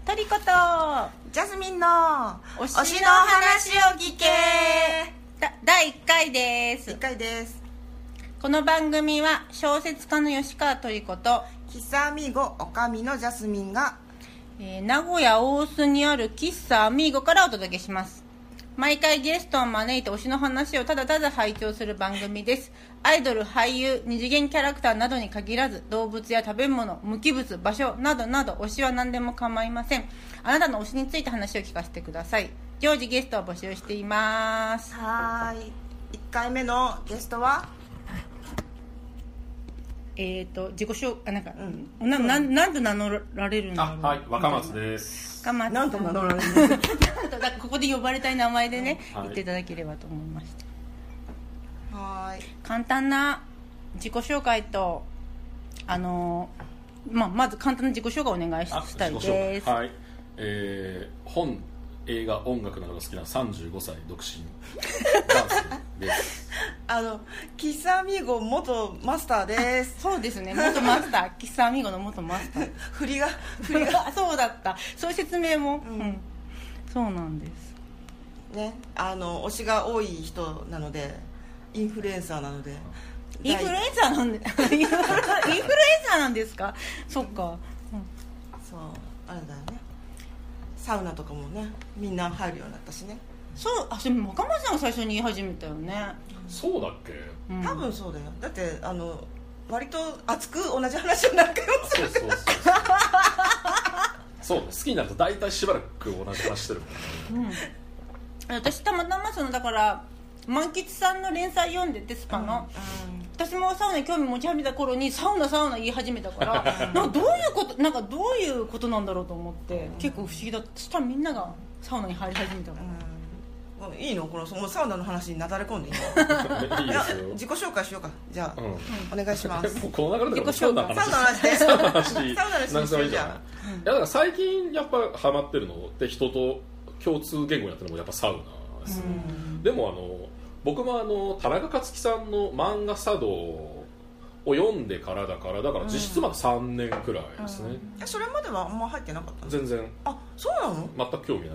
トリコとジャスミンの推しの話を聞け第1回です。 1回です。 この番組は小説家の吉川トリコと喫茶アミーゴおかみのジャスミンが、 名古屋大須にある喫茶アミーゴからお届けします。毎回ゲストを招いて推しの話をただただ拝聴する番組です。アイドル、俳優、二次元キャラクターなどに限らず、動物や食べ物、無機物、場所などなど推しは何でも構いません。あなたの推しについて話を聞かせてください。常時ゲストを募集しています。 はい。1回目のゲストは自己紹介なんと名乗られるの？ はい、若松です。 若松なんと名乗られるの？ だここで呼ばれたい名前でね、 はい、 言っていただければと思いました。 はい。 簡単な自己紹介とまず簡単な自己紹介をお願いしたいです。 はい、本、映画、音楽などが好きな35歳独身ダンスです。 喫茶アミーゴ元マスターです。 そうですね、元マスター喫茶アミーゴの元マスター振りがそうだった、そういう説明も、そうなんですね。推しが多い人なので、インフルエンサーなので。 インフルエンサーなんでインフルエンサーなんですか？そっか、 そうあれだよね。サウナとかもね、みんな入るようになったしね。 そう、それ若松さんが最初に言い始めたよね。 そうだっけ？ 多分そうだよ。だって割と熱く同じ話を何回もする。 そう好きになると大体しばらく同じ話してるもんね。 私たまたまだから満吉さんの連載読んでて、スパの、私もサウナに興味持ち始めた頃にサウナ言い始めたからなんかどういうことなんだろうと思って、結構不思議だった。そしたらみんながサウナに入り始めたから、 いいの？もうサウナの話になだれ込んでいいの？ いいですよ。 自己紹介しようか。じゃあ、お願いします。 もうこの流れでサウナの話サウナの話いいじゃん。いやだから最近やっぱハマってるのって人と共通言語になってるのもやっぱサウナですね。でも僕も田中克樹さんの漫画茶道を読んでからだから実質まだ3年くらいですね。 それまではあんま入ってなかったの？ 全然。 あ、そうなの？ 全く興味ない。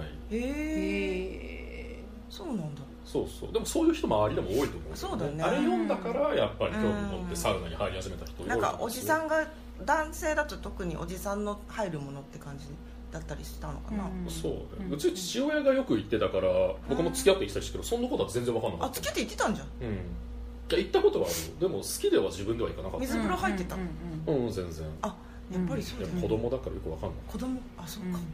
そうなんだ。 そうでもそういう人周りでも多いと思う。 そうだよね。 あれ読んだからやっぱり興味持ってサウナに入り始めた人多い。 なんかおじさんが、男性だと特におじさんの入るものって感じだったりしたのかな。 そうね。うち父親がよく行ってたから僕も付き合ってきたりしたけど、そんなことは全然分かんなかった。 付き合って行ってたんじゃん。 行ったことはある。でも好きでは自分では行かなかった。 水風呂入ってた。 全然。 あ、やっぱりそうだね。 子供だからよく分かんない。 子供、あ、そうか。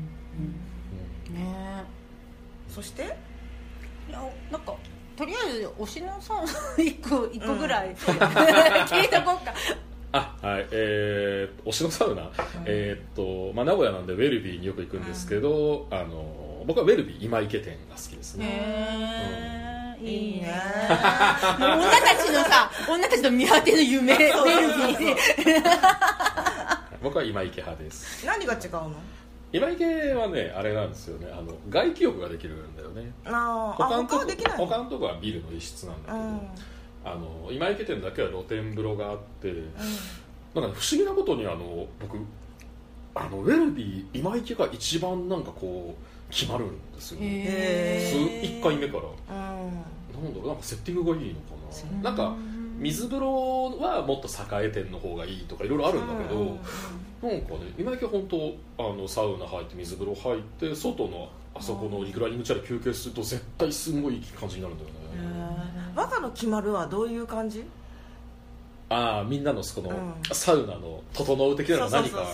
ね。 そしていや、なんかとりあえず推しのサウナ1個ぐらい聞いとこうか。 はい、推しのサウナ、名古屋なんでウェルビーによく行くんですけど、僕はウェルビー今池店が好きですね。 いいね。女たちの見果ての夢、ウェルビー。 僕は今池派です。 何が違うの？ 今池はね、あれなんですよね、外気浴ができるんだよね。 他はできないの？ 他のとこはビルの一室なんだけど、今池店だけは露天風呂があって、なんか不思議なことに僕ウェルビー今池が一番なんかこう決まるんですよね。1回目から、なんかセッティングがいいのかな。なんか水風呂はもっと栄店の方がいいとかいろいろあるんだけど、なんかね、今池本当サウナ入って水風呂入って外のあそこのリクライニングチェアで休憩すると絶対すごいいい感じになるんだよね。 和歌の決まるはどういう感じ？ みんなのその、サウナの整う的なのは何か。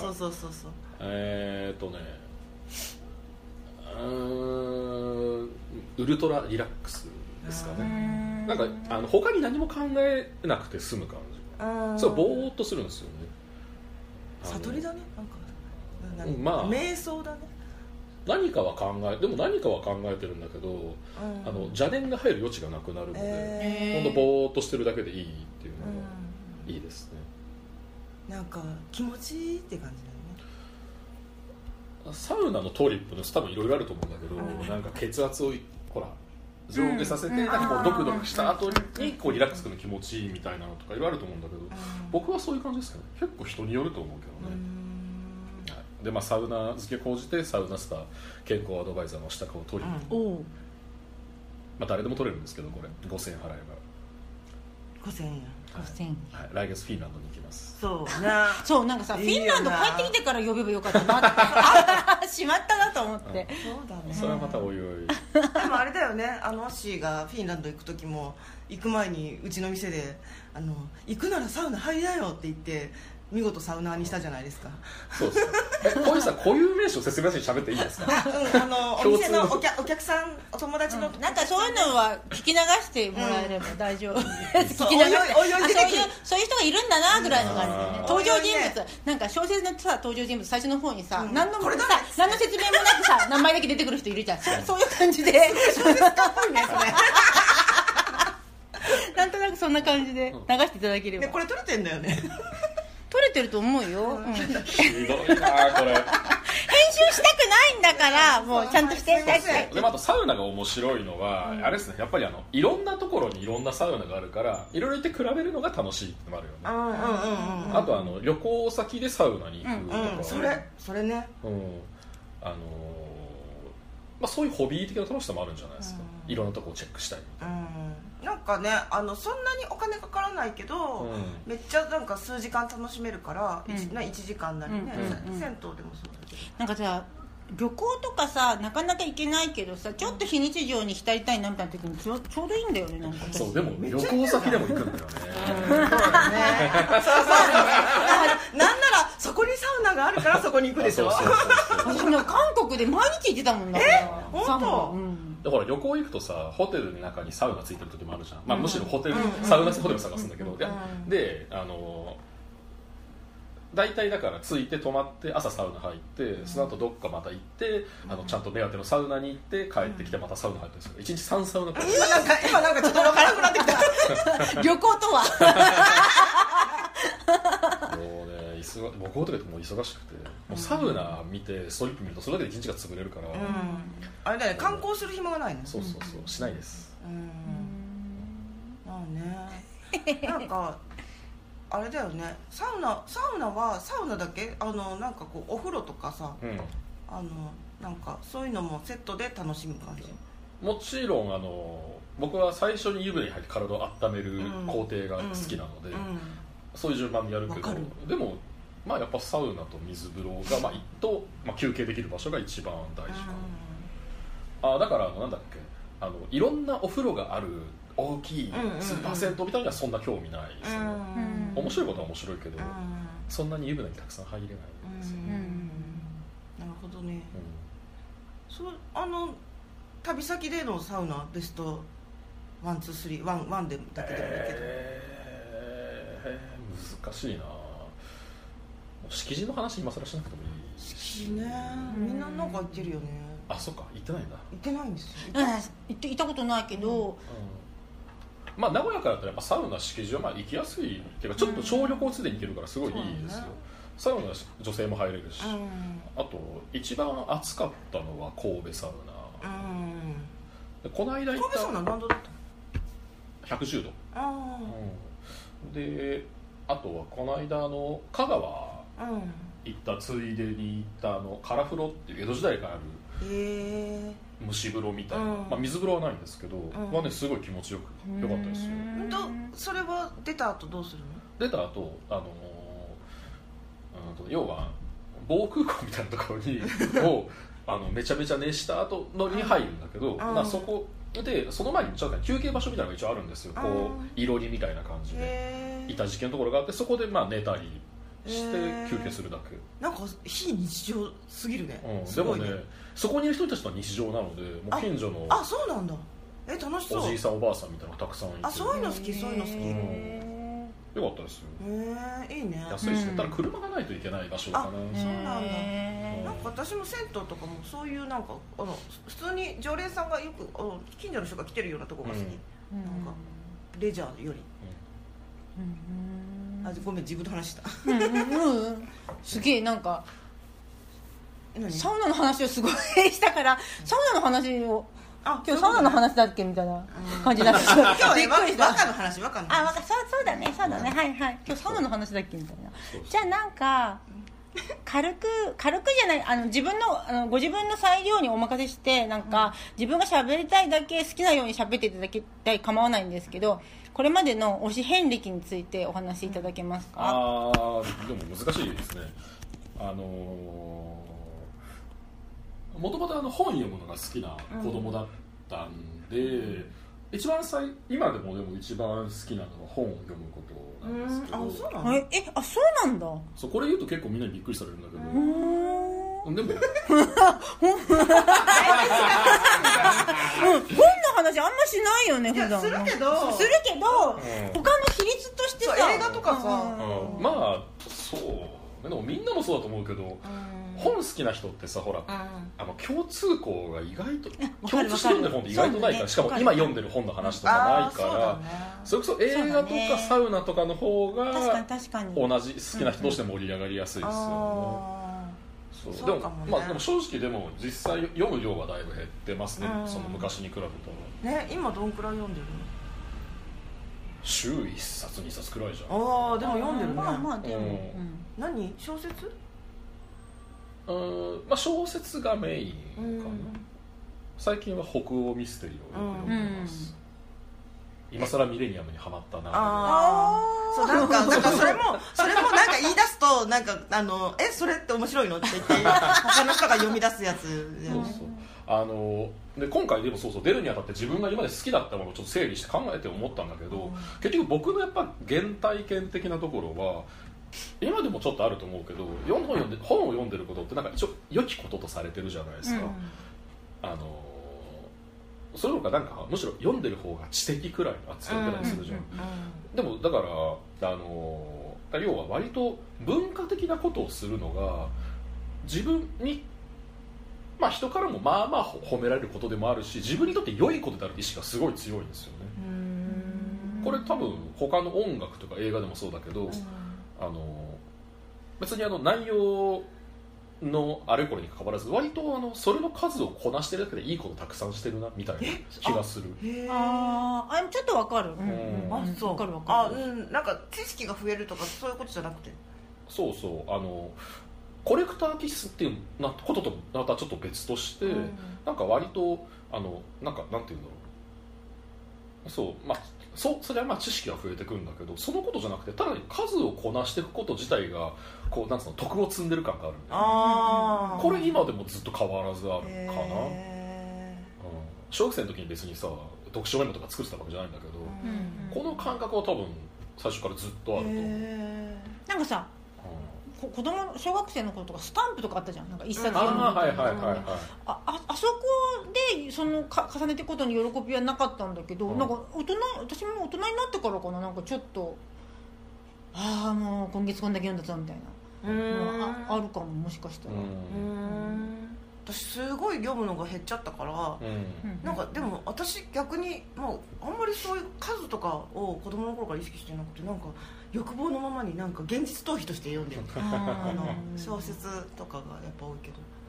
ウルトラリラックスですかね。なんか他に何も考えなくて済む感じ。そうぼーっとするんですよね。 悟りだね。 まあ瞑想だね。 何かは考えてるんだけど、邪念が入る余地がなくなるので、ほんとぼーっとしてるだけでいいっていうのがいいですね。 なんか気持ちいいって感じだよね。 サウナのトリップの多分いろいろあると思うんだけど、なんか血圧をほら上下させて、なんかこうドクドクした後にこうリラックスするの気持ちいいみたいなのとかいろいろあると思うんだけど、僕はそういう感じですかね。結構人によると思うけどね。 で、サウナ付け講じてサウナスター健康アドバイザーの資格を取り、誰でも取れるんですけど、これ5000円払えば 5000円 5000円、 はい、来月フィンランドに行きます。 そうねそうなんかさ、フィンランド帰ってきてから呼べばよかったなってしまったなと思って、 そうだね。 それはまたおいおい。 でもあれだよね、アッシーがフィンランド行く時も行く前にうちの店で行くならサウナ入りなよって言って見事サウナーにしたじゃないですか。 そうですね。こういう固有名詞を説明しに喋っていいですか？ お店のお客さん、お友達の、 なんかそういうのは聞き流してもらえれば大丈夫、聞き流してそういう人がいるんだなぐらいの感じでね、登場人物、なんか小説のさ登場人物最初の方にさ、何の説明もなくさ名前だけ出てくる人いるじゃん、そういう感じで小説家っぽいねそれなんとなくそんな感じで流していただければ。 これ撮れてんだよね。 撮れてると思うよ、 ひどいなこれ。 編集したくないんだからもうちゃんとしてでもあとサウナが面白いのは、あれですね、やっぱりいろんなところにいろんなサウナがあるからいろいろ言って比べるのが楽しいってのもあるよね。あと旅行先でサウナに行くとか、 それね、 そういうホビー的な楽しさもあるんじゃないですか、いろんなとこをチェックしたいみたいな。 なんかね、そんなにお金かからないけど、めっちゃなんか数時間楽しめるから、1時間なりね、銭湯でもそうだけど、 なんかさ旅行とかさなかなか行けないけどさ、ちょっと非日常に浸りたいなみたいな時にちょうどいいんだよね。なんかそう、でも旅行先でも行くんだよね。 そうだね。なんならそこにサウナがあるからそこに行くでしょ。 私も韓国で毎日行ってたもんな。 本当？ だから旅行行くとさ、ホテルの中にサウナついてる時もあるじゃん、むしろサウナホテル探すんだけど、で大体だから着いて泊まって朝サウナ入って、その後どっかまた行ってちゃんと目当てのサウナに行って帰ってきてまたサウナ入ってるんですよ。1日3サウナくらい。 今なんかちょっと分からなくなってきた。 旅行とはもうね、旅行とかってもう忙しくて、もうサウナ見てストリップ見るとそれだけで1日が潰れるから、 あれだね、観光する暇がないね。 そうしないです。 まあね、なんかあれだよね、サウナはサウナだけ、なんかこうお風呂とかさ、なんかそういうのもセットで楽しむ感じ。 もちろん僕は最初に湯船に入って体を温める工程が好きなので、そういう順番でやるけど、でもやっぱサウナと水風呂が休憩できる場所が一番大事かな。だからなんだっけ、いろんなお風呂がある大きいスーパー銭湯みたいにはそんな興味ないですね。面白いことは面白いけど、そんなに湯船にたくさん入れないですね。 なるほどね。旅先でのサウナベスト1、2、3、1でだけでもいいけど、 難しいな。敷地の話今更しなくてもいい。 敷地ね、みんななんか行ってるよね。 あ、そっか、行ってないんだ。 行ってないんですよ。 行ったことないけど、 名古屋からだったらやっぱサウナ敷地は行きやすいっていうか、ちょっと小旅行つでに行けるからすごいいいですよ。サウナ女性も入れるし、あと一番暑かったのは神戸サウナ。この間行った神戸サウナ何度だった ？110度。で、あとはこの間香川行ったついでに行ったカラフロっていう江戸時代からある蒸し風呂みたいな、水風呂はないんですけど、ね、すごい気持ちよかったですよ。 それは出た後どうするの？ 出た後要は防空壕みたいなところにめちゃめちゃ熱した後のに入るんだけど、そこでその前にちょっと休憩場所みたいなのが一応あるんですよ。こういろりみたいな感じで板敷きのところがあって、そこで寝たりして休憩するだけ。 なんか非日常すぎるね。 でもね、そこにいる人たちは日常なので、もう近所のそうなんだ。楽しそう。 おじいさんおばあさんみたいなのがたくさんいて、 そういうの好き、そういうの好き。 よかったですよ。 いいね。 安いし、ただ車がないといけない場所かな。 そうなんだ。なんか私も銭湯とかもそういうなんか普通に常連さんがよく近所の人が来てるようなとこが好き。なんかレジャーより。ごめん、自分の話した。 すげえなんかサウナの話をすごいしたから、サウナの話を今日サウナの話だっけみたいな感じになって今日ね、和歌の話、 そうだね、はいはい、今日サウナの話だっけみたいな。じゃあなんか軽くじゃない、自分のご自分の裁量にお任せして、なんか、自分が喋りたいだけ好きなように喋っていただきたい、構わないんですけど、これまでの推し遍歴についてお話しいただけますか？ でも難しいですね。もともと本読むのが好きな子供だったんで、今でも一番好きなのは本を読むことなんですけど。 そうなの？ そうなんだ。 そう、これ言うと結構みんなにびっくりされるんだけど、でも本の話あんましないよね普段。 するけど、他の比率としてさ、 映画とかさ、 まあそうでもみんなもそうだと思うけど、本好きな人ってさ、ほら、共通項が意外と共通して読んでる本って意外とないから、しかも今読んでる本の話とかないから、それこそ映画とかサウナとかの方が同じ好きな人として盛り上がりやすいですよね。でも正直実際読む量はだいぶ減ってますね、その昔に比べたらね。今どんくらい読んでるの？ 週1冊2冊くらいじゃん。 でも読んでるね。 まあでも、 何？小説？ 小説がメインかな。最近は北欧ミステリーをよく読んでます。今更ミレニアムにハマったな。 そう、なんかそれもなんか言い出すと、なんかそれって面白いのって言って他の人が読み出すやつで、ね。 で今回でも出るにあたって自分が今まで好きだったものをちょっと整理して考えて思ったんだけど、結局僕のやっぱ原体験的なところは今でもちょっとあると思うけど、本を読んでることってなんか一応良きこととされてるじゃないですか。それとかなんかむしろ読んでる方が知的くらい扱ってたりするじゃん。でもだから要は割と文化的なことをするのが自分に人からもまあまあ褒められることでもあるし、自分にとって良いことである意識がすごい強いんですよね。これ多分他の音楽とか映画でもそうだけど、別に内容のあれこれに関わらず割とそれの数をこなしてるだけでいいことたくさんしてるなみたいな気がする。 ちょっとわかる。 そう、 わかる。 なんか知識が増えるとかそういうことじゃなくて、 そうコレクター気質っていうこととまたちょっと別として、なんか割となんていうんだろう、それは知識が増えてくるんだけど、そのことじゃなくてただ数をこなしていくこと自体がなんつうの、徳を積んでる感があるんだよね。これ今でもずっと変わらずあるかな。小学生の時に別にさ読書メモとか作ってたわけじゃないんだけど、この感覚は多分最初からずっとあると思う。 なんかさ、子供小学生の頃とかスタンプとかあったじゃん、なんか一冊あそこで重ねていくことに喜びはなかったんだけど、なんか私も大人になってからかな、なんかちょっともう今月こんだけ読んだぞみたいなあるかも、もしかしたら。 私すごい読むのが減っちゃったから、なんかでも私逆にもうあんまりそういう数とかを子供の頃から意識してなくて、なんか欲望のままになんか現実逃避として読んでる小説とかがやっぱ多いけ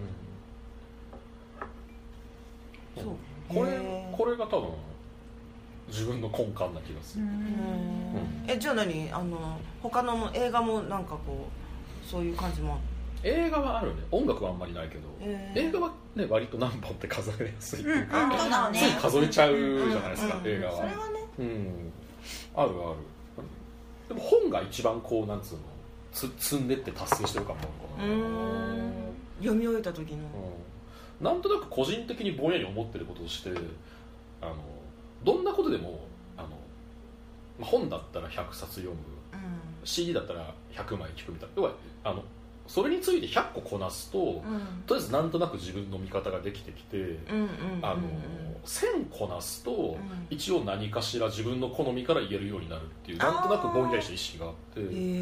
ど、そうこれが多分自分の根幹な気がする。 じゃあ何他の映画もなんかそういう感じもある？ 映画はあるね。音楽はあんまりないけど、映画はね割と何本って数えやすいっていうか、つい数えちゃうじゃないですか、映画は。 それはね、 あるある。でも本が一番なんつうの積んでって達成してる感もあるかな。 読み終えた時の、 なんとなく個人的にぼんやり思ってることとして、どんなことでも本だったら100冊読む、CD だったら100枚聞くみたいな、要はそれについて100個こなすと、とりあえずなんとなく自分の見方ができてきて、1000こなすと、一応何かしら自分の好みから言えるようになるっていう、なんとなくぼんやりした意識があって、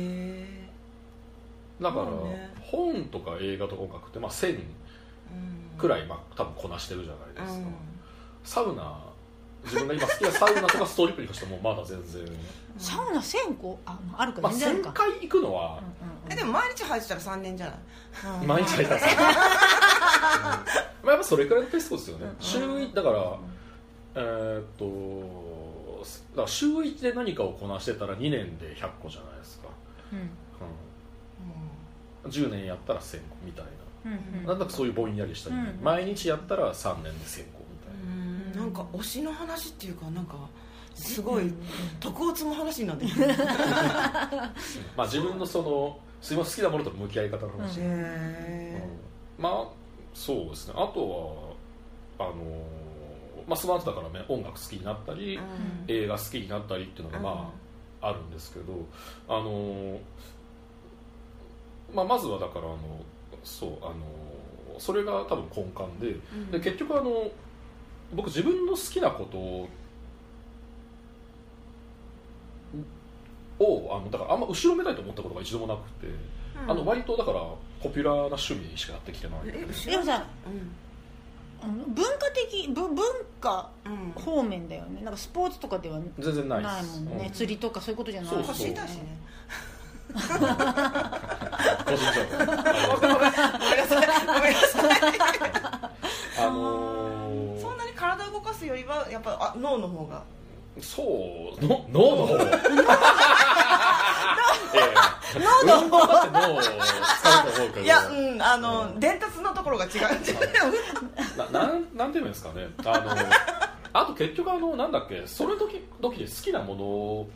だから、本とか映画とか音楽って1000くらい多分こなしてるじゃないですか。サウナ、自分が今好きなサウナとかストリップに関してもまだ全然サウナ1000個あるか全然あるか。 1000回行くのは、 でも毎日入ってたら3年じゃない？ 毎日入ったら3年やっぱそれくらいのペースですよね。週1だから週1で何かをこなしてたら2年で100個じゃないですか。 10年やったら専攻みたいな、なんだかそういうぼんやりした、毎日やったら3年で専攻みたいな、 なんか推しの話っていうかなんかすごい徳を積む話になってるまあ自分のその好きなものとの向き合い方の話、まあそうですね。あとはまあ、その後だからね、音楽好きになったり、映画好きになったりっていうのがまあ、あるんですけど、まあ、まずはだからそれが多分根幹で、結局僕自分の好きなことをだからあんま後ろめたいと思ったことが一度もなくて、割とだからポピュラーな趣味しかやってきてない。 でもさ、文化方面だよね。なんかスポーツとかでは全然ないもんね。釣りとかそういうことじゃない。 そう腰痛いしね。 個人情報。 ごめんなさい。そんなに体を動かすよりはやっぱ脳の方が。 そう脳の方。 脳の方だって脳を使うと思うけど。 いや伝達のところが違う。 なんていうんですかね。あと結局なんだっけ、その時で好きなも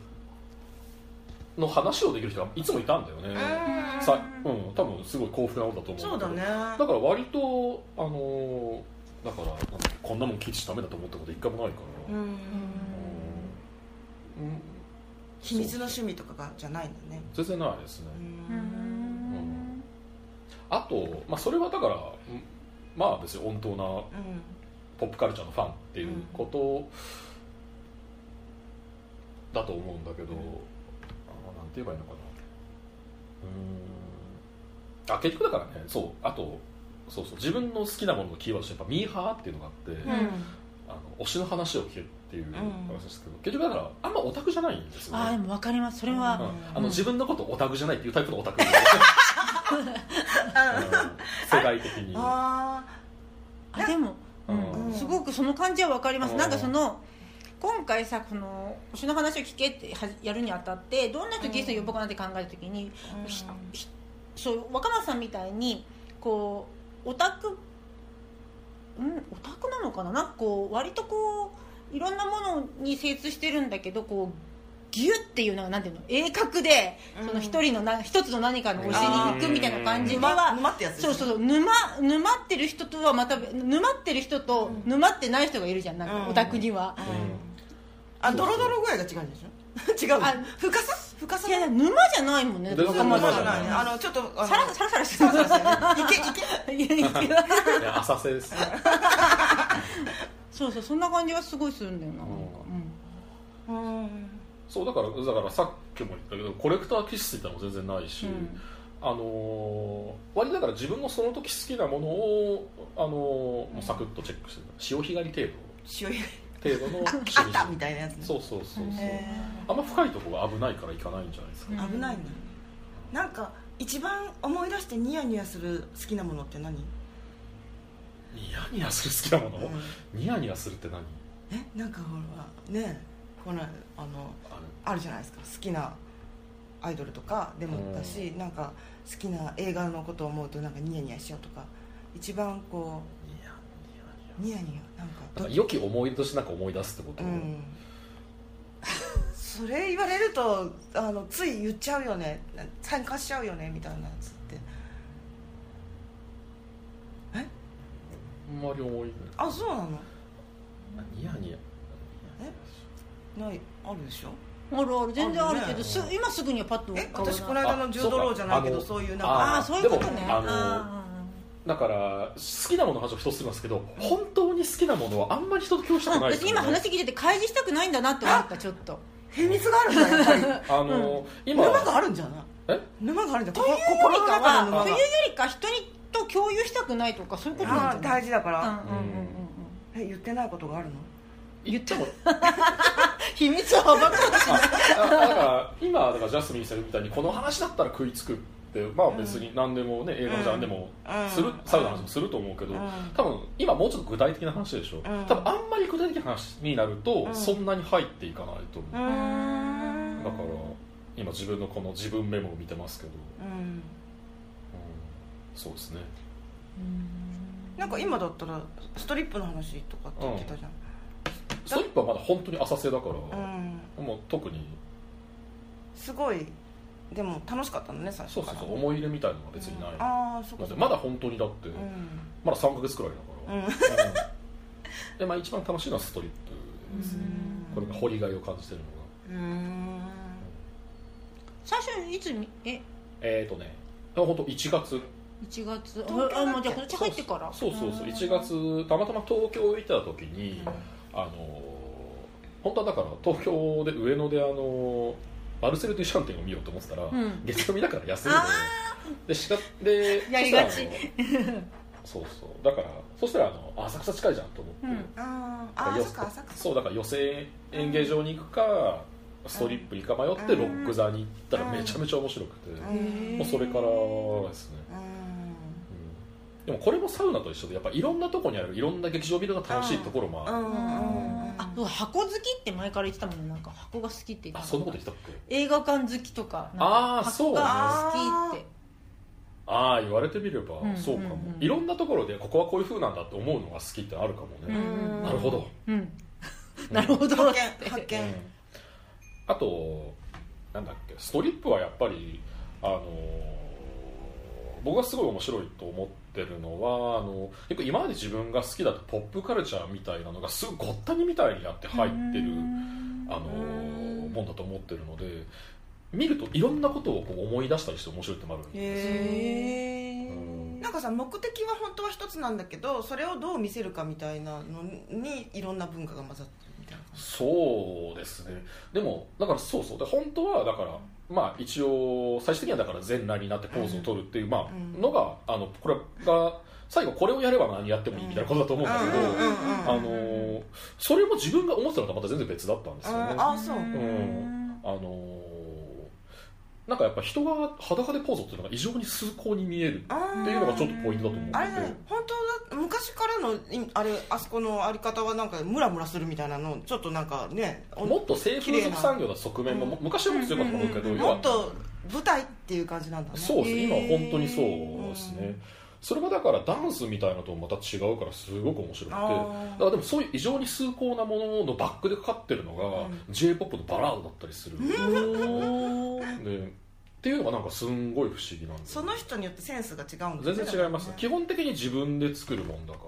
のの話をできる人がいつもいたんだよね。多分すごい幸福なものだと思う。 そうだね。 だから割とだからこんなもん聞いちゃダメだと思ったこと一回もないから。 秘密の趣味とかじゃないんだね。 全然ないですね。あと、まあ、それはだからまあ別に本当なポップカルチャーのファンっていうことだと思うんだけど、なんて言えばいいのかな。結局だからね、あと自分の好きなもののキーワードとしてやっぱミーハーっていうのがあって、推しの話を聞けっていう話ですけど、結局だからあんまオタクじゃないんですよね。 でも分かります。それは、 自分のことオタクじゃないっていうタイプのオタク世界的に。 でも、すごくその感じは分かります。なんか今回さ、この推しの話を聞けってやるにあたってどんな人ゲストに呼ぼうかなって考えた時に、そう若松さんみたいにこうオタクなのかな、なんかこう割とこういろんなものに精通してるんだけど、こうギュッっていうのがなんていうの、鋭角でその一つの何かの推しに行くみたいな感じでは、 沼ってやつ。 そう沼ってる人とはまた沼ってる人と沼ってない人がいるじゃん、なんかオタクには。 ドロドロ具合が違うんでしょ。違う。深さ。 いや沼じゃないもんね。 沼じゃないね。ちょっとサラサラしてる。いや浅瀬です。 そうそんな感じがすごいするんだよな。 そうだからさっきも言ったけどコレクター気質みたいなのも全然ないし、割だから自分のその時好きなものをサクッとチェックしてる、潮干狩り程度の趣味あったみたいなやつね。 そうあんま深いところが危ないから行かないんじゃないですか。 危ないね。なんか一番思い出してニヤニヤする好きなものって何？ ニヤニヤする好きなもの、ニヤニヤするって何？ なんかほらね、このあるじゃないですか、好きなアイドルとかでもだし、なんか好きな映画のことを思うとなんかニヤニヤしちゃうとか、一番こうニヤニヤなんか良き思い出としてなんか思い出すってこと？ それ言われるとつい言っちゃうよね、参加しちゃうよねみたいなやつって。 あんまり思い出そうなの？ ニヤニヤないあるでしょ？ ある全然あるけど、今すぐにはパッと私この間の10ドローじゃないけど、そういうなんかそういうことね。 だから好きなものの話を一つするんですけど、本当に好きなものはあんまり人と共有したくないですよね。 今話聞いてて開示したくないんだなって思った。ちょっと秘密があるんだやっぱり今沼があるんじゃない？沼があるんじゃない？というよりか人と共有したくないとかそういうことなんじゃない？ 大事だから。言ってないことがあるの？ 言っても秘密を暴くことしない。 だから今だからジャスミンさんみたいにこの話だったら食いつくって、まあ別に何でもね、映画のジャンルでもする、サウナの話もすると思うけど、多分今もうちょっと具体的な話でしょ。多分あんまり具体的な話になるとそんなに入っていかないと思う。だから今自分のこの自分メモを見てますけど、 そうですね。 なんか今だったらストリップの話とかって言ってたじゃん、 ストリップはまだ本当に浅瀬だから、もう特にすごいでも楽しかったのね最初から。 そう思い入れみたいなのは別にない、 ああそうかそうか。 まだ本当にだって、まだ3ヶ月くらいだから、でまあ一番楽しいのはストリップですね。これが掘りがいを感じてるのが。 最初いつ本当1月じゃあ今年入ってから。 そう1月たまたま東京行った時に、本当はだから東京で上野でマルセル・デュシャンテンを見ようと思ってたら、月曜日だから休みでやりがちそうだからそしたら浅草近いじゃんと思って、そうだから寄席演芸場に行くかストリップ行くか迷ってロック座に行ったらめちゃめちゃ面白くて、もうそれからですね。でもこれもサウナと一緒でやっぱいろんなとこにあるいろんな劇場ビルが楽しいところもある。 箱好きって前から言ってたもんね。なんか箱が好きって言ってた。 そんなこと言ってたっけ。 映画館好きとかそう箱が好きって。 言われてみればそうかも。いろんなところでここはこういう風なんだって思うのが好きってあるかもね。なるほど、 なるほど発見。 あとなんだっけ、ストリップはやっぱり僕がすごい面白いと思ってるのは結構今まで自分が好きだとポップカルチャーみたいなのがすごいごったにみたいにやって入ってるもんだと思ってるので、見るといろんなことをこう思い出したりして面白いってもあるんです。 なんかさ、目的は本当は一つなんだけどそれをどう見せるかみたいなのにいろんな文化が混ざってるみたいな。 そうですね。でもだからそうで本当はだからまあ一応最終的にはだから全裸になってポーズを取るっていうのがこれが最後これをやれば何やってもいいみたいなことだと思うんだけど、それも自分が思ってたのとまた全然別だったんですよね。なんかやっぱ人が裸でポーズを取るのが異常に崇高に見えるっていうのがちょっとポイントだと思ってて、 あれね、本当だ昔からのあそこのあり方はなんかムラムラするみたいなのちょっとなんかね、 もっと性風俗産業の側面も昔はもっと強かったと思うけど、 もっと舞台っていう感じなんだね。 そうですね、今は本当にそうですね。それがだからダンスみたいなのとまた違うからすごく面白くて、だからでもそういう異常に崇高なもののバックでかかってるのが J-POP のバラードだったりするでっていうのがなんかすんごい不思議なんです。 その人によってセンスが違うんですね。 全然違います、基本的に自分で作るもんだから。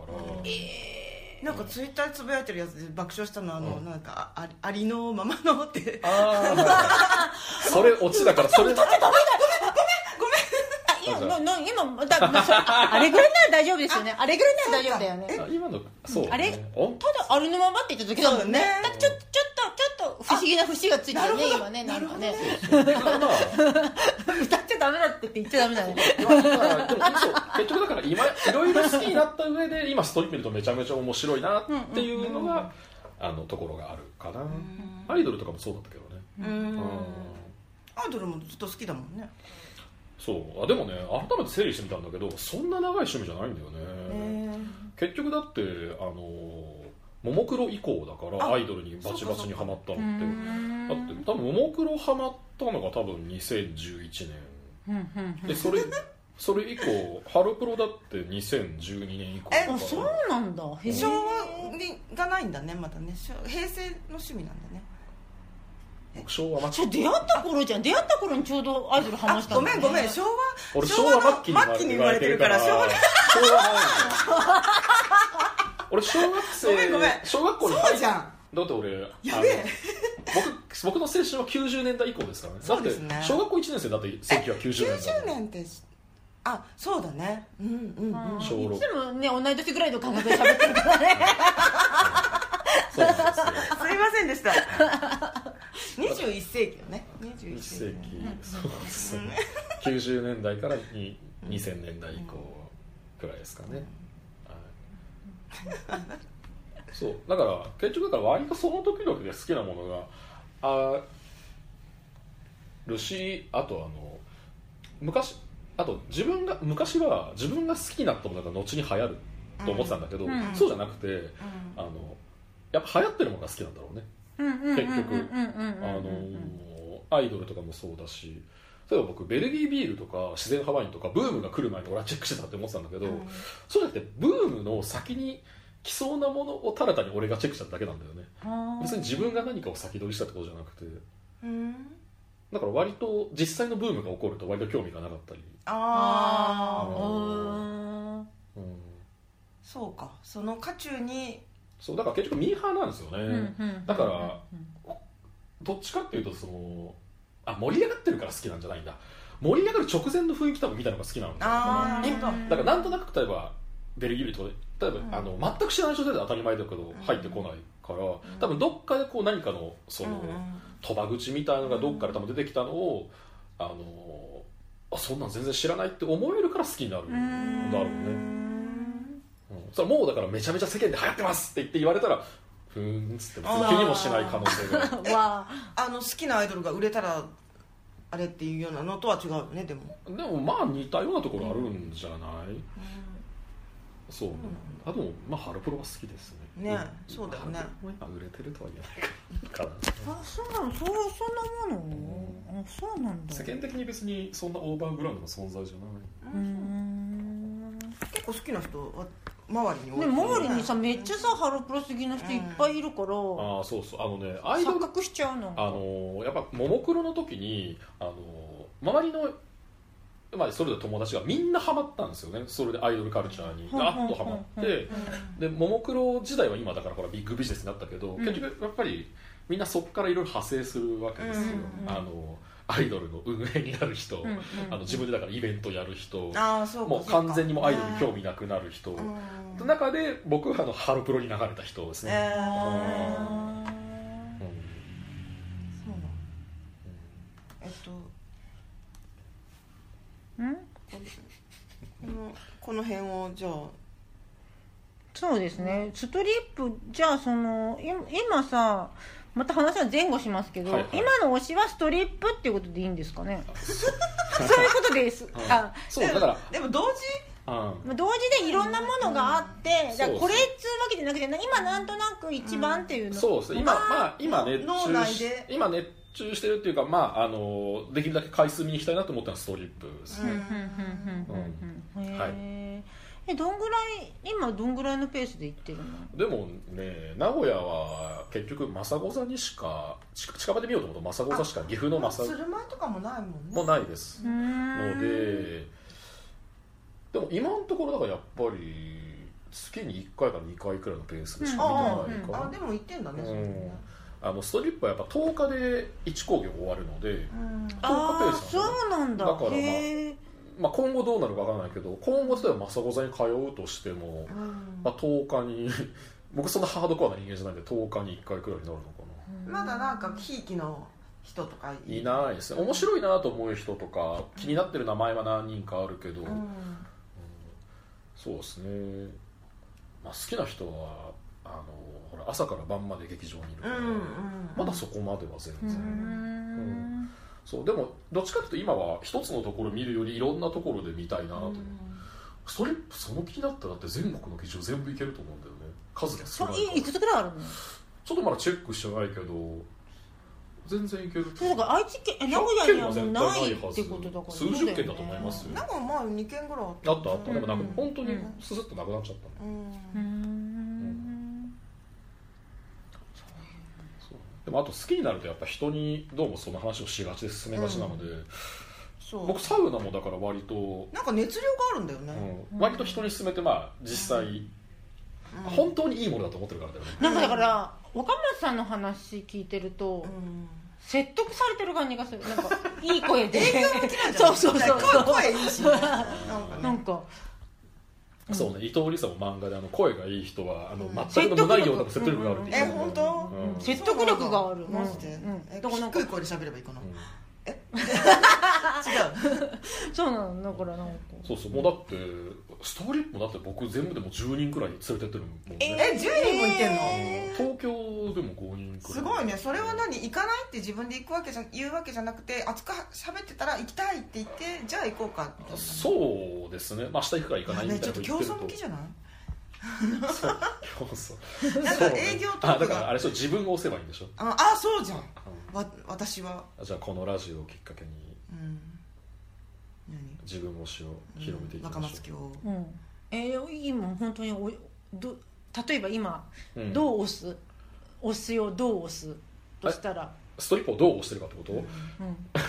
なんかツイッターでつぶやいてるやつで爆笑したのはなんかありのままのってそれオチだからそれダメだ今あれぐらいなら大丈夫ですよね。あれぐらいなら大丈夫だよね。 今のそうあれただありのままって言った時だもんね。ちょっと不思議な節がついてるね今ね。なんかね歌っちゃダメだって言っちゃダメだね。 結局だから今いろいろ好きになった上で今ストリップ見るとめちゃめちゃ面白いなっていうのがところがあるかな。アイドルとかもそうだったけどね。 アイドルもずっと好きだもんね。 そうでもね、改めて整理してみたんだけどそんな長い趣味じゃないんだよね。結局だってももクロ以降だからアイドルにバチバチにハマったのってだって多分ももクロハマったのが多分2011年でそれ以降ハロプロだって2012年以降。 そうなんだ。 昭和がないんだね。またね平成の趣味なんだね。 昭和末期出会った頃じゃん。出会った頃にちょうどアイドルハマしたんだ。 ごめん昭和末期に生まれてるから昭和俺小学校にそうじゃん。 だって俺やべえ僕の青春は90年代以降ですからね。 そうですね。 だって小学校1年生だって1990年代。90年ってそうだね。 小6。 いつもね同い年ぐらいの感覚で喋ってるからね。 そうなんですよ。 すいませんでした。21世紀よね。 21世紀そうですね。90年代から2000年代以降くらいですかね。そうだから結局割とその時々で好きなものがあるし、あと昔は自分が好きになったものが後に流行ると思ってたんだけど、そうじゃなくてやっぱ流行ってるものが好きなんだろうね。結局アイドルとかもそうだし、 例えば僕ベルギービールとか自然派ワインとかブームが来る前に俺はチェックしてたって思ってたんだけど、そうじゃなくてブームの先に来そうなものをただ単に俺がチェックしただけなんだよね。別に自分が何かを先取りしたってことじゃなくて、だから割と実際のブームが起こると割と興味がなかったり。 そうか、その渦中に。 そうだから結局ミーハーなんですよね。だからどっちかっていうとその盛り上がってるから好きなんじゃないんだ。盛り上がる直前の雰囲気多分見たのが好きなんだよ。だからなんとなく例えばベルギービールとか例えば、全く知らない人で当たり前だけど入ってこないから、多分どっかでこう何かのその賭場口みたいなのがどっかで多分出てきたのをそんなん全然知らないって思えるから好きになるんだろうね。それもうだからめちゃめちゃ世間で流行ってますって言われたらふーんっつって気にもしない可能性が好きなアイドルが売れたらあれっていうようなのとは違うよね。でもまあ似たようなところあるんじゃない、そう、でもハロプロは好きですね。 そうだよね。 今売れてるとは言えないからそうなの、そんなもの、そうなんだ。 世間的に別にそんなオーバーグラウンドの存在じゃない。 結構好きな人は周りに多い。 周りにさめっちゃさハロプロ好きな人いっぱいいるから、 そうそう錯覚しちゃうの。 やっぱももクロの時に周りのそれで友達がみんなハマったんですよね。それでアイドルカルチャーにガッとハマってでももクロ時代は今だからビッグビジネスになったけど、結局やっぱりみんなそこからいろいろ派生するわけですよ。アイドルの運営になる人、自分でだからイベントやる人、もう完全にもうアイドルに興味なくなる人の中で僕はハロプロに流れた人ですね。 この辺をじゃあそうですね、ストリップじゃあ今さまた話は前後しますけど、今の推しはストリップっていうことでいいんですかねそういうことです。 そうだからでも同時でいろんなものがあって、だからこれっつうわけじゃなくて今なんとなく一番っていうの、 そうですね。今熱中してるっていうか、できるだけ回数見に行きたいなと思ったのはストリップですね。 どんぐらいのペースで行ってるの？ でもね、名古屋は結局政子座にしか近場で見ようと思うと政子座しか岐阜の政子鶴舞とかもないもんね。 もうないですので、でも今のところだからやっぱり月に1回か2回くらいのペースでしか見てないかな。 でも行ってんだね。 ストリップはやっぱ10日で1興行終わるので、10日ペースそうなんだ。 だから今後どうなるかわからないけど、今後例えば政子座に通うとしても、10日に僕そんなハードコアな人間じゃないんで10日に1回くらいになるのかな。まだなんかひいきの人とかいないですね。面白いなと思う人とか気になってる名前は何人かあるけど、そうですね。好きな人はほら朝から晩まで劇場にいるから、まだそこまでは全然。そうでもどっちかというと今は一つのところ見るよりいろんなところで見たいなと。ストリップその気になったらって全国の劇場全部行けると思うんだよね。数が少ないから。 いくつくらいあるの？ ちょっとまだチェックしてないけど全然行ける。 だから愛知県名古屋にはもうないってことだから、 数十件だと思いますよ。 なんか2件ぐらいあった。でもなんか本当にススッとなくなっちゃったでもあと好きになるとやっぱ人にどうもその話をしがちで進めがちなので、僕サウナもだから割となんか熱量があるんだよね。 割と人に勧めて実際本当にいいものだと思ってるからだよね。 なんかだから若松さんの話聞いてると説得されてる感じがする。なんかいい声で営業向きなんじゃん。そう声いいしなんかそうね、伊藤理沙も漫画で声がいい人は全くのないような説得力があるって言って本当？ 説得力がある。 マジで？低い声で喋ればいいかな。違う。 そうなの。だからなんかそうもうだってストリップもだって僕全部でも10人くらい連れてってるもんね。 10人もいてんの？ 東京でも5人くらい。 すごいね。それは行かないって自分で言うわけじゃなくて、熱く喋ってたら行きたいって言ってじゃあ行こうかみたいな。 そうですね。明日行くか行かないみたいなこと言ってると。 ちょっと競争向きじゃない？ 競争。 なんか営業とかだからあれでしょ、自分を押せばいいんでしょ。 そうじゃん。私はじゃあこのラジオをきっかけに自分推しを広めていきましょう。 若松京、 今本当に例えば今、どう推すよどう押すとしたらストリップをどう推してるかってこと、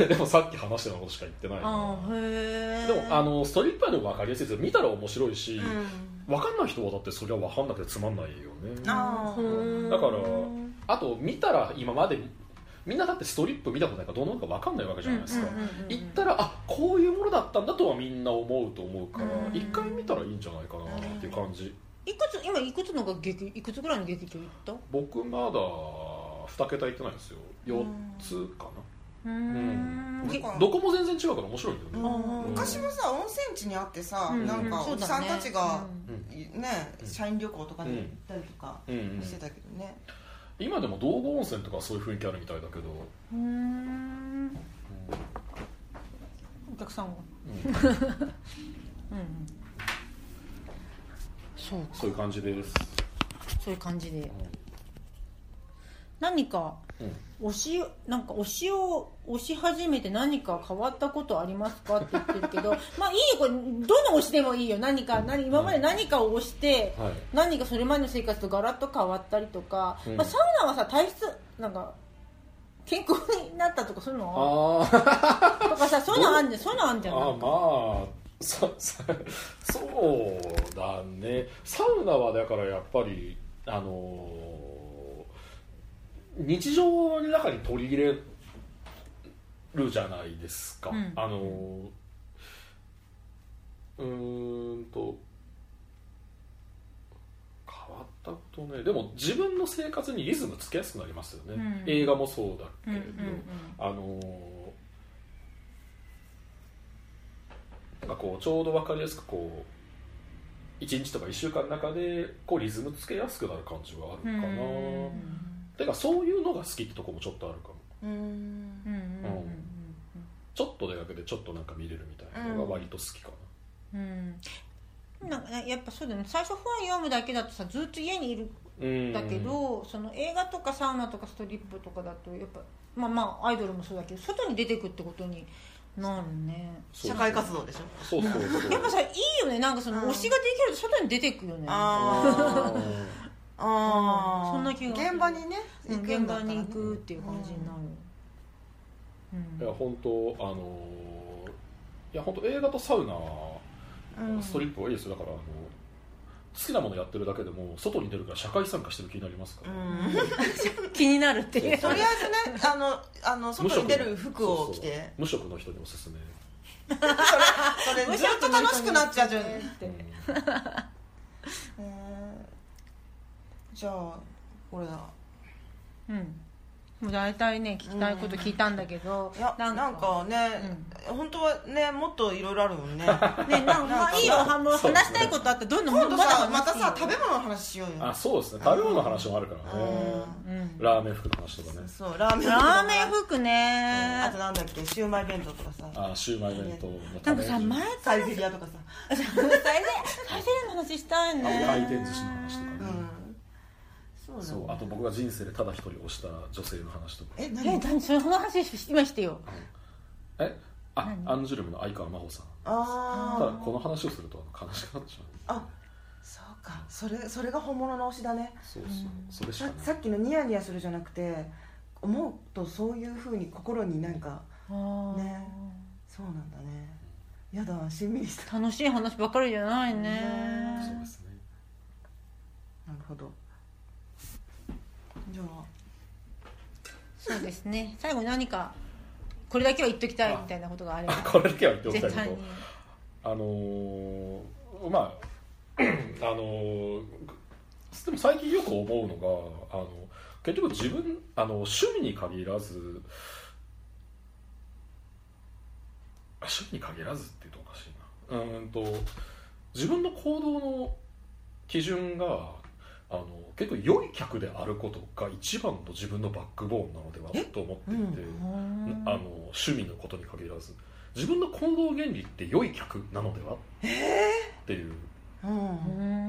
でもさっき話したようなことしか言ってないでもストリップはでも分かりやすいですよ。見たら面白いし、分かんない人はだってそれは分かんなくてつまんないよね。だからあと見たら今までみんなだってストリップ見たことないからどうなのか分かんないわけじゃないですか。行ったらこういうものだったんだとはみんな思うと思うから一回見たらいいんじゃないかなっていう感じ。 今いくつのがいくつぐらいの劇場行った？ 僕まだ2桁行ってないんですよ。4つかな。どこも全然違うから面白いんだよね。 昔もさ温泉地にあってさ、なんかおじさんたちがね社員旅行とかに行ったりとかしてたけどね。 今でも道後温泉とかそういう雰囲気あるみたいだけど。 お客さんはそういう感じです。 そういう感じで、何か推しを推し始めて何か変わったことありますかって言ってるけどまあいいよ、これどの推しでもいいよ。今まで何かを推して、何かそれまでの生活とガラッと変わったりとか、まあ、サウナはさ体質なんか健康になったとかそういうのとかさ、そういうのあんじゃん。そういうのあんじゃん。 そうだね。サウナはだからやっぱり日常の中に取り入れるじゃないですか。変わったことね。でも自分の生活にリズムつけやすくなりますよね。映画もそうだけど、なんかこうちょうど分かりやすくこう1日とか1週間の中でこうリズムつけやすくなる感じはあるかな。てかそういうのが好きってとこもちょっとあるかも。ちょっと出かけてちょっとなんか見れるみたいなのが割と好きかな。 なんかね、やっぱそうだよね。最初本読むだけだとさずっと家にいるんだけど、その映画とかサウナとかストリップとかだとやっぱまあアイドルもそうだけど外に出てくってことになるね。 社会活動でしょ。 そうやっぱさいいよね。なんかその推しができると外に出てくよね。そんな気が。 現場にね、 現場に行くっていう感じになる。 いや本当映画とサウナ、ストリップはいいですよ。だから好きなものやってるだけでも外に出るから社会参加してる気になりますから、 気になるっていう。 とりあえずね外に出る服を着て無職の人におすすめ。 それずっと楽しくなっちゃうじゃん。じゃあこれだ。 もう大体ね聞きたいこと聞いたんだけど、 なんかね、本当はねもっといろいろあるもんね。 なんかいいよ。話したいことあってどんどん今度さまたさ食べ物の話しようよ。 そうですね。食べ物の話もあるからね。ラーメン服の話とかね。 そうラーメン服ね。あとなんだっけシウマイ弁当とかさ。 シウマイ弁当。 なんかさ前サイゼリアとかさ。 サイゼリアの話したいね。 回転寿司の話とかね。 そうあと僕が人生でただ一人推した女性の話とか。 何その話今してよ。 アンジュルムの相川真帆さん。ただこの話をすると悲しくなってしまう。 そうか。それが本物の推しだね。 そうそれしかない。 さっきのニヤニヤするじゃなくて思うとそういう風に心になんかね。そうなんだね。やだしんみりした。 楽しい話ばかりじゃないね。 そうですね。 なるほど。じゃあそうですね。最後に何かこれだけは言っときたいみたいなことがあれば。 これだけは言っておきたいこと。でも最近よく思うのが結局自分趣味に限らずって言うとおかしいな。自分の行動の基準が結構良い客であることが一番の自分のバックボーンなのではと思っていて、趣味のことに限らず自分の行動原理って良い客なのではっていう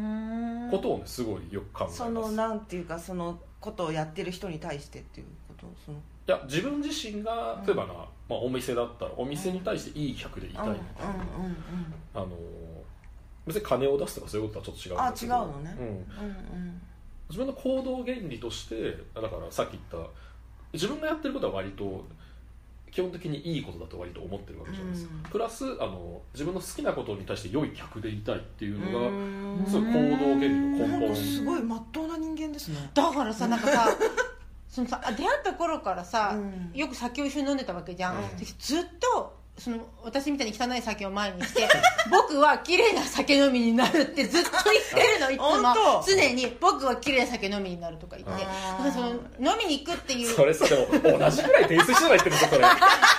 ことをねすごいよく考えます。 なんていうかそのことをやってる人に対してっていうこと。 そのいや自分自身が例えばな、お店だったらお店に対していい客でいたいみたいな、別に金を出すとかそういうことはちょっと違うんだけど、 違うのね、 自分の行動原理としてだからさっき言った自分がやってることは割と基本的にいいことだと割と思ってるわけじゃないですか、プラス自分の好きなことに対して良い客でいたいっていうのがすごい行動原理の根本。 すごい真っ当な人間ですね。 だからさなんかさそのさ出会った頃からさ、よく酒を一緒に飲んでたわけじゃん、ずっとその私みたいに汚い酒を前にして僕は綺麗な酒飲みになるってずっと言ってるのいつも常に僕は綺麗な酒飲みになるとか言ってその飲みに行くっていうそれさでも同じぐらい泥酔してないってるんですよそれ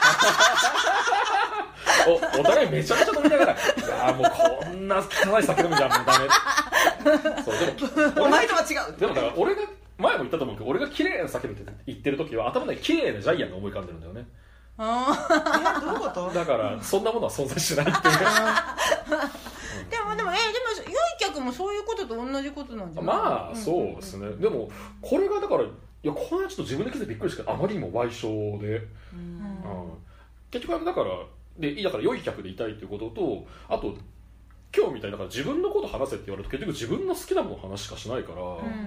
お互いめちゃめちゃ飲みながらもうこんな汚い酒飲みじゃんもうダメそうでもお前とは違う。 でもだから俺が前も言ったと思うけど俺が綺麗な酒飲みって言ってる時は頭で綺麗なジャイアンが思い浮かんでるんだよね。 どういうことだからそんなものは存在しないっていうでも良い客もそういうことと同じことなんじゃない？ まあそうですね、でもこれがだからいやこれはちょっと自分で気づいてびっくりしたけどあまりにも賠償で、結局だから良い客でいたいっていうこととあと今日みたいな自分のこと話せって言われると結局自分の好きなもの話しかしないから、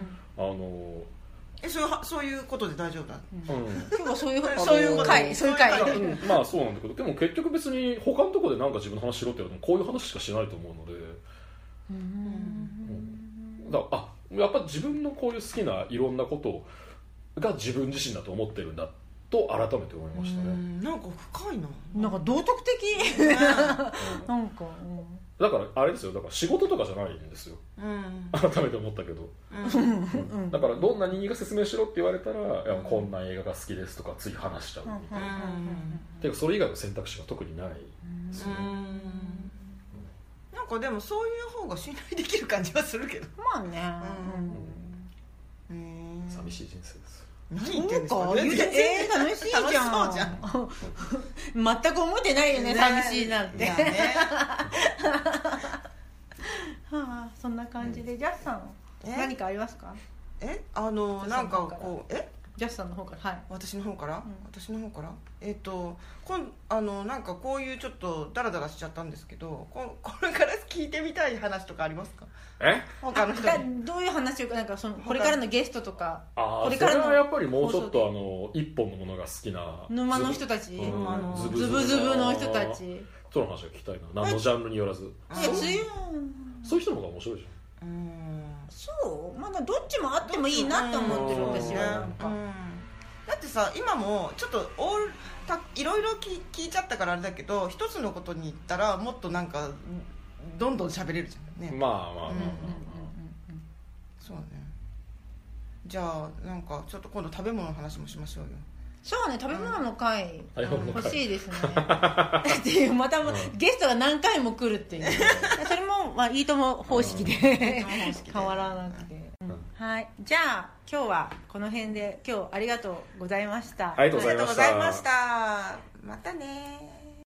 そういうことで大丈夫だ、 今日はそういう回まあそうなんだけどでも結局別に他のところでなんか自分の話しろって言われてもこういう話しかしないと思うので、だからやっぱ自分のこういう好きないろんなことが自分自身だと思ってるんだと改めて思いましたね。 なんか深いな、 なんか道徳的なんか、 だからあれですよだから仕事とかじゃないんですよ、改めて思ったけど、だからどんな人間が説明しろって言われたらいやこんな映画が好きですとかつい話しちゃうみたいな、ていうかそれ以外の選択肢が特にないですよね。 なんかでもそういう方が信頼できる感じはするけどまあね、 寂しい人生です。 何言ってんですか。 楽しいじゃん。全く思ってないよね、寂しいなんて。そんな感じでジャスさん何かありますか？ なんかこうジャスさんの方から、はい、 私の方から、なんかこういうちょっとダラダラしちゃったんですけどこれから聞いてみたい話とかありますか？他の人にどういう話をなんかこれからのゲストとかこれからのそれはやっぱりもうちょっと一本のものが好きな沼の人たち、ズブズブの人たちその話が聞きたいな。何のジャンルによらずそういう人の方が面白いじゃん。 そうまだどっちもあってもいいなって思ってる私は。 だってさ今もちょっといろいろ聞いちゃったからあれだけど一つのことに言ったらもっとなんかどんどん喋れるじゃんね。 まあそうね。じゃあなんかちょっと今度食べ物の話もしましょうよ。 そうね、食べ物の回欲しいですね。っていうまたゲストが何回も来るっていうそれもいいとも方式で変わらなくて、はい、じゃあ今日はこの辺で今日ありがとうございました。 ありがとうございました。 またね。